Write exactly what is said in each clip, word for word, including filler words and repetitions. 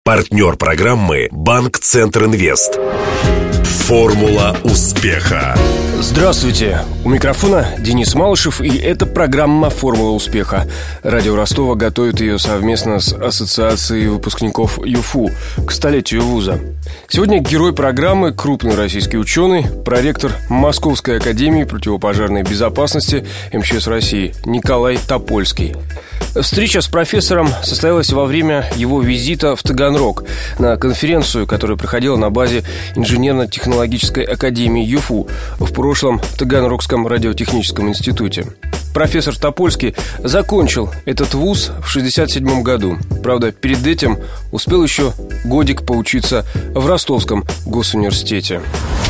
Партнер программы «Банк Центр Инвест». Формула успеха. Здравствуйте! У микрофона Денис Малышев, и это программа «Формула успеха». Радио Ростова готовит ее совместно с Ассоциацией выпускников ЮФУ к столетию вуза. Сегодня герой программы – крупный российский ученый, проректор Московской академии противопожарной безопасности эм че эс России Николай Топольский. Встреча с профессором состоялась во время его визита в Таганрог на конференцию, которая проходила на базе Инженерно-технологической академии ЮФУ, в прошлом Таганрогском радиотехническом институте. Профессор Топольский закончил этот вуз в шестьдесят седьмом году. Правда, перед этим успел еще годик поучиться в Ростовском госуниверситете.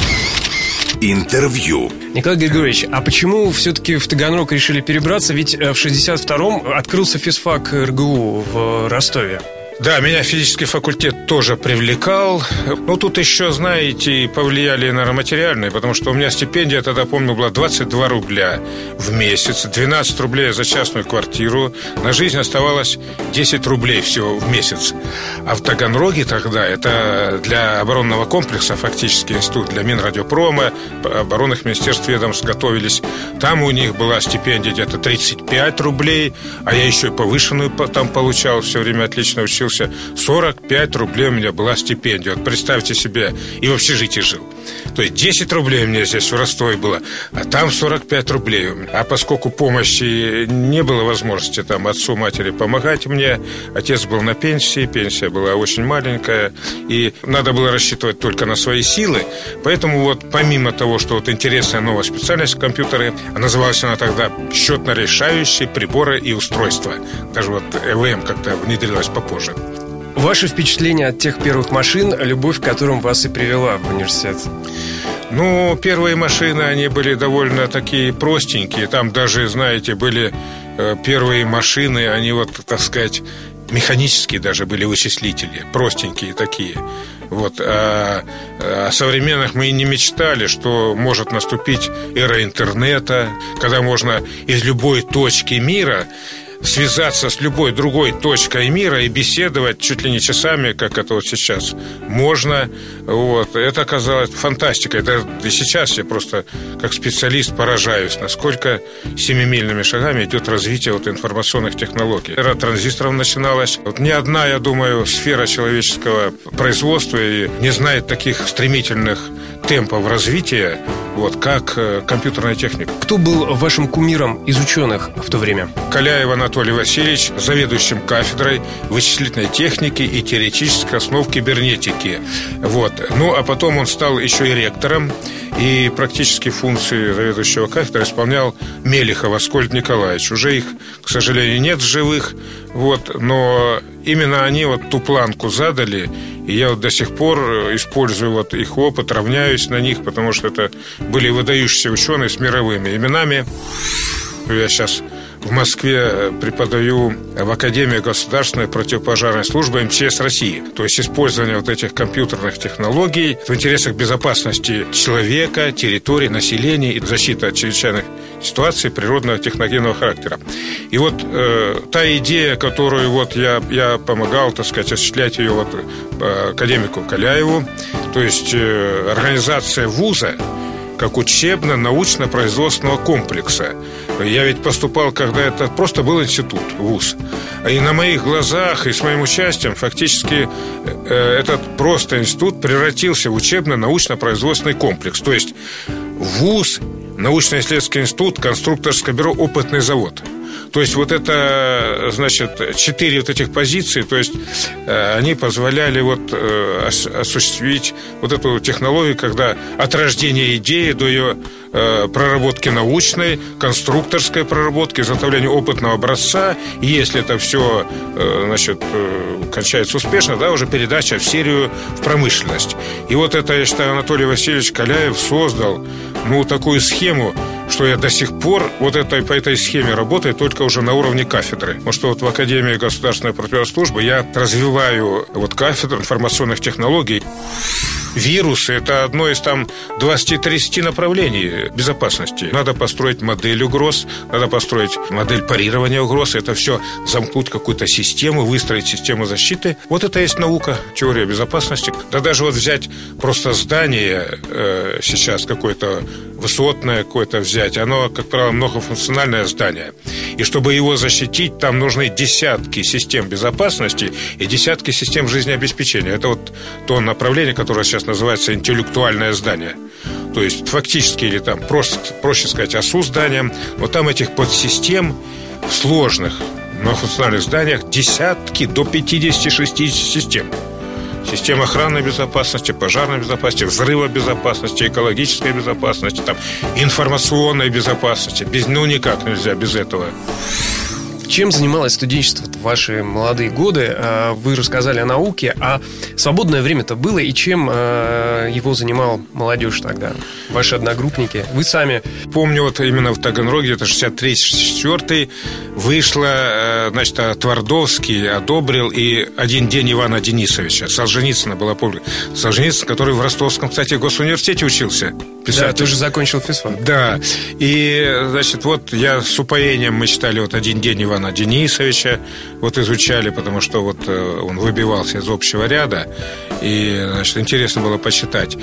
Интервью. Николай Григорьевич, а почему все-таки в Таганрог решили перебраться? Ведь в шестьдесят втором открылся физфак эр гэ у в Ростове. Да, меня физический факультет тоже привлекал. Но тут еще, знаете, повлияли, наверное, материальные, потому что у меня стипендия, тогда, помню, была двадцать два рубля в месяц, двенадцать рублей за частную квартиру. На жизнь оставалось десять рублей всего в месяц. А в Таганроге тогда, это для оборонного комплекса, фактически институт для Минрадиопрома, оборонных министерств, ведомств готовились. Там у них была стипендия где-то тридцать пять рублей, а я еще и повышенную там получал, все время отлично учился. сорок пять рублей у меня была стипендия. Вот представьте себе, и в общежитии жил. То есть десять рублей у меня здесь в Ростове было, а там сорок пять рублей. А поскольку помощи не было возможности там отцу, матери помогать мне, отец был на пенсии, пенсия была очень маленькая, и надо было рассчитывать только на свои силы. Поэтому вот помимо того, что вот интересная новая специальность компьютеры, называлась она тогда счетно-решающие приборы и устройства. Даже вот э вэ эм как-то внедрилась попозже. Ваши впечатления от тех первых машин, любовь к которым вас и привела в университет? Ну, первые машины, они были довольно такие простенькие. Там даже, знаете, были э, первые машины, они вот, так сказать, механические даже были вычислители, простенькие такие. Вот. А, о современных мы и не мечтали, что может наступить эра интернета, когда можно из любой точки мира связаться с любой другой точкой мира и беседовать чуть ли не часами, как это вот сейчас можно. Вот. Это оказалось фантастикой. Это и сейчас я просто как специалист поражаюсь, насколько семимильными шагами идет развитие вот информационных технологий. Эра транзисторов начиналась. Вот ни одна, я думаю, сфера человеческого производства и не знает таких стремительных темпов развития, вот, как э, компьютерная техника. Кто был вашим кумиром из ученых в то время? Каляев Анатолий Васильевич, заведующим кафедрой вычислительной техники и теоретических основ кибернетики. Вот. Ну, а потом он стал еще и ректором, и практически функции заведующего кафедрой исполнял Мелихов Аскольд Николаевич. Уже их, к сожалению, нет в живых, вот, но именно они вот ту планку задали, и я вот до сих пор использую вот их опыт, равняюсь на них, потому что это были выдающиеся ученые с мировыми именами. Я сейчас в Москве преподаю в Академии государственной противопожарной службы эм че эс России. То есть использование вот этих компьютерных технологий в интересах безопасности человека, территории, населения и защиты от чрезвычайных ситуаций природного техногенного характера. И вот э, та идея, которую вот я, я помогал, так сказать, осуществлять ее вот э, академику Каляеву, то есть э, организация вуза как учебно-научно-производственного комплекса. Я ведь поступал, когда это просто был институт, вуз. И на моих глазах и с моим участием фактически э, этот просто институт превратился в учебно-научно-производственный комплекс. То есть вуз, научно-исследовательский институт, конструкторское бюро, опытный завод. То есть вот это, значит, четыре вот этих позиции, то есть э, они позволяли вот э, ос- осуществить вот эту технологию, когда от рождения идеи до ее э, проработки научной, конструкторской проработки, изготовления опытного образца, и если это все, э, значит, э, кончается успешно, да, уже передача в серию в промышленность. И вот это, я считаю, Анатолий Васильевич Каляев создал, ну, такую схему, что я до сих пор вот это, по этой схеме работаю, только уже на уровне кафедры. Потому что вот в Академии государственной противослужбы я развиваю вот кафедру информационных технологий. Вирусы – это одно из там двадцати-тридцати направлений безопасности. Надо построить модель угроз, надо построить модель парирования угроз. Это все замкнуть какую-то систему, выстроить систему защиты. Вот это и есть наука, теория безопасности. Да даже вот взять просто здание э, сейчас какое-то высотное какое-то взять. Оно, как правило, многофункциональное здание. И чтобы его защитить, там нужны десятки систем безопасности и десятки систем жизнеобеспечения. Это вот то направление, которое сейчас называется интеллектуальное здание. То есть фактически, или там просто, проще сказать, ОСУ зданием. Но там этих подсистем в сложных многофункциональных зданиях десятки до пятидесяти-шестидесяти систем. Система охранной безопасности, пожарной безопасности, взрывобезопасности, экологической безопасности, там, информационной безопасности. Без, ну, никак нельзя без этого. Чем занималось студенчество в ваши молодые годы? Вы рассказали о науке, а свободное время-то было, и чем его занимал молодежь тогда? Ваши одногруппники, вы сами? Помню, вот именно в Таганроге, где-то шестьдесят третий шестьдесят четвёртый, вышло, значит, Твардовский одобрил и «Один день Ивана Денисовича». Солженицына была публика. Солженицын, который в Ростовском, кстати, госуниверситете учился. Писатель. Да, тоже закончил физфак. Да, и, значит, вот я с упоением, мы читали вот «Один день Ивана Денисовича», вот изучали, потому что вот он выбивался из общего ряда, и, значит, интересно было почитать.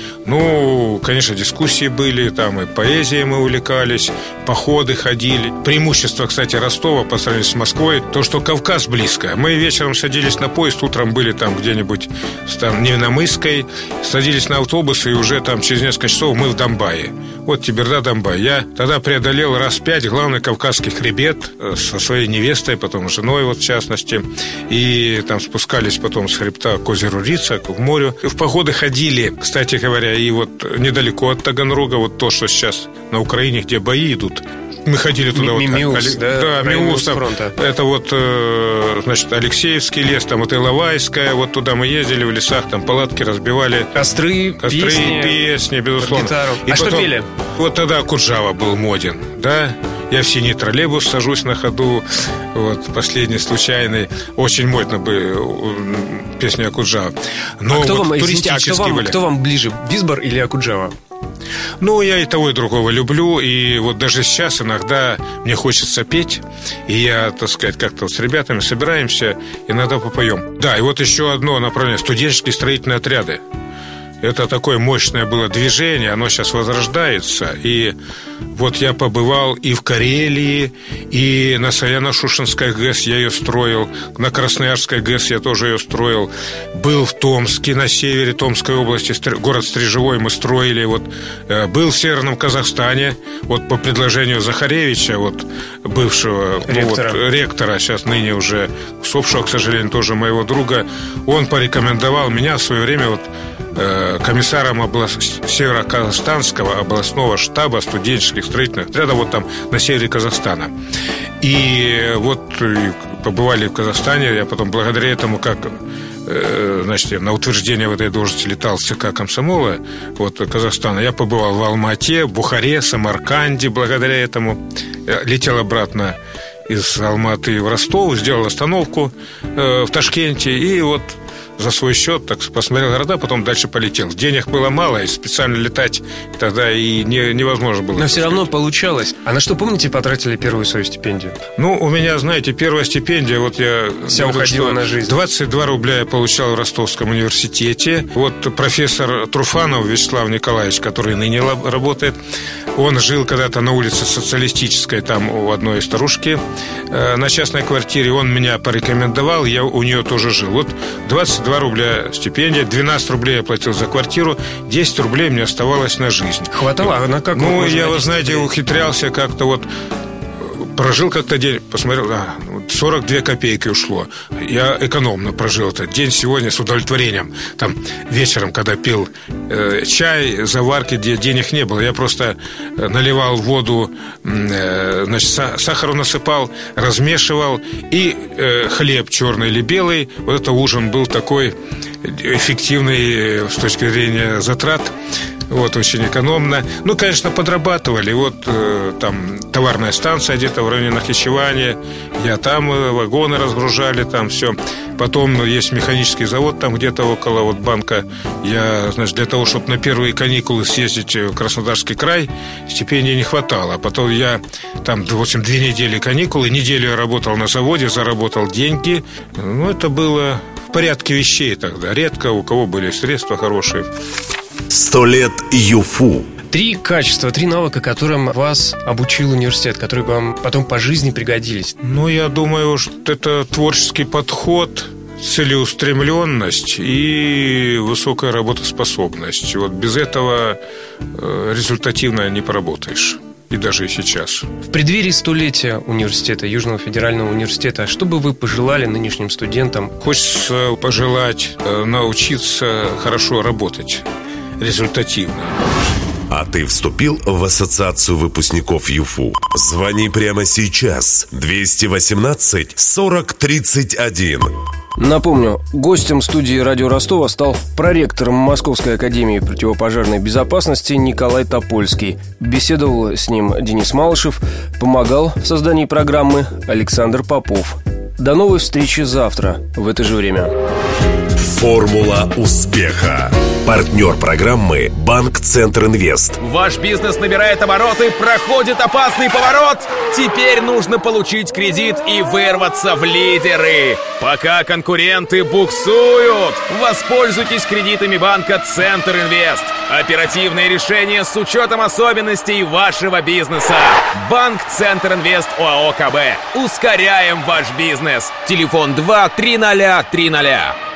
Ну, конечно, дискуссии были, там и поэзией мы увлекались, походы ходили. Преимущество, кстати, Ростова по сравнению с Москвой, то, что Кавказ близко. Мы вечером садились на поезд, утром были там где-нибудь там, Невиномысской, садились на автобус, и уже там через несколько часов мы в Домбае. Вот Теберда-Домбай. Я тогда преодолел раз пять главный Кавказский хребет со своей невестой, потом женой, вот в частности. И там спускались потом с хребта к озеру Рица, к морю. И в походы ходили, кстати говоря, и вот недалеко от Таганрога, вот то, что сейчас на Украине, где бои идут. Мы ходили туда. Ми- вот, Мимиус, да? Да, Мимиус, там, это вот, э, значит, Алексеевский лес, там вот Иловайская, вот туда мы ездили в лесах, там палатки разбивали. Костры, Костры, песни, песни, безусловно. гитару. И а потом, что пели? Вот тогда Акуджава был моден, да? Я в синий троллейбус сажусь на ходу. Вот, последний случайный. Очень модно бы песня Акуджава. Но а кто, вот вам, извините, а кто, вам, кто вам ближе, Визбор или Акуджава? Ну, я и того, и другого люблю. И вот даже сейчас иногда мне хочется петь. И я, так сказать, как-то вот с ребятами собираемся, иногда попоем. Да, и вот еще одно направление. Студенческие строительные отряды. Это такое мощное было движение, оно сейчас возрождается. И вот я побывал и в Карелии, и на Саяно-Шушенской ГЭС я ее строил, на Красноярской ГЭС я тоже ее строил. Был в Томске, на севере Томской области, город Стрижевой мы строили. Вот, был в Северном Казахстане, вот по предложению Захаревича, вот, бывшего ректора. Ну, вот, ректора, сейчас ныне уже усопшего, к сожалению, тоже моего друга. Он порекомендовал меня в свое время вот комиссаром област... Северо-Казахстанского областного штаба студенческих строительных отрядов вот там на севере Казахстана. И вот побывали в Казахстане. Я потом благодаря этому, как значит, я на утверждение в этой должности летал в ЦК комсомола вот, Казахстана. Я побывал в Алмате, Бухаре, Самарканде. Благодаря этому я летел обратно из Алматы в Ростов, сделал остановку э, в Ташкенте. И вот за свой счет так посмотрел города, потом дальше полетел. Денег было мало, и специально летать тогда и не, невозможно было. Но все равно получалось. А на что, помните, потратили первую свою стипендию? Ну, у меня, знаете, первая стипендия, вот я... Вся уходила на жизнь. двадцать два рубля я получал в Ростовском университете. Вот профессор Труфанов Вячеслав Николаевич, который ныне работает, он жил когда-то на улице Социалистической, там у одной старушки э, на частной квартире. Он меня порекомендовал, я у нее тоже жил. Вот двадцать два рубля стипендия, двенадцать рублей я платил за квартиру, десять рублей мне оставалось на жизнь. Хватало? А на как? Ну, я, вы знаете, ухитрялся как-то вот. Прожил как-то день, посмотрел, а, сорок две копейки ушло. Я экономно прожил этот день сегодня с удовлетворением. Там вечером, когда пил э, чай, заварки, где денег не было, я просто наливал воду, э, значит, сахару насыпал, размешивал, и э, хлеб черный или белый. Вот это ужин был такой эффективный с точки зрения затрат. Вот, очень экономно. Ну, конечно, подрабатывали. Вот э, там товарная станция где-то в районе Нахичевани. Я там э, вагоны разгружали, там все. Потом ну, есть механический завод там где-то около вот банка. Я, значит, для того, чтобы на первые каникулы съездить в Краснодарский край, стипендий не хватало. Потом я там, в общем, две недели каникулы, неделю я работал на заводе, заработал деньги. Ну, это было в порядке вещей тогда. Редко у кого были средства хорошие. Сто лет ЮФУ. Три качества, три навыка, которым вас обучил университет, которые вам потом по жизни пригодились. Ну, я думаю, что это творческий подход, целеустремленность и высокая работоспособность. Вот без этого результативно не поработаешь. И даже и сейчас. В преддверии столетия университета, Южного федерального университета, что бы вы пожелали нынешним студентам? Хочется пожелать научиться хорошо работать, результативно. А ты вступил в ассоциацию выпускников ЮФУ? Звони прямо сейчас. двести восемнадцать сорок тридцать один. Напомню, гостем студии «Радио Ростова» стал проректором Московской академии противопожарной безопасности Николай Топольский. Беседовал с ним Денис Малышев, помогал в создании программы Александр Попов. До новой встречи завтра в это же время. Формула успеха. Партнер программы «Банк Центр Инвест». Ваш бизнес набирает обороты, проходит опасный поворот. Теперь нужно получить кредит и вырваться в лидеры. Пока конкуренты буксуют, воспользуйтесь кредитами банка Центр Инвест. Оперативные решения с учетом особенностей вашего бизнеса. Банк Центр Инвест ОАО КБ. Ускоряем ваш бизнес. Телефон два три ноль три ноль.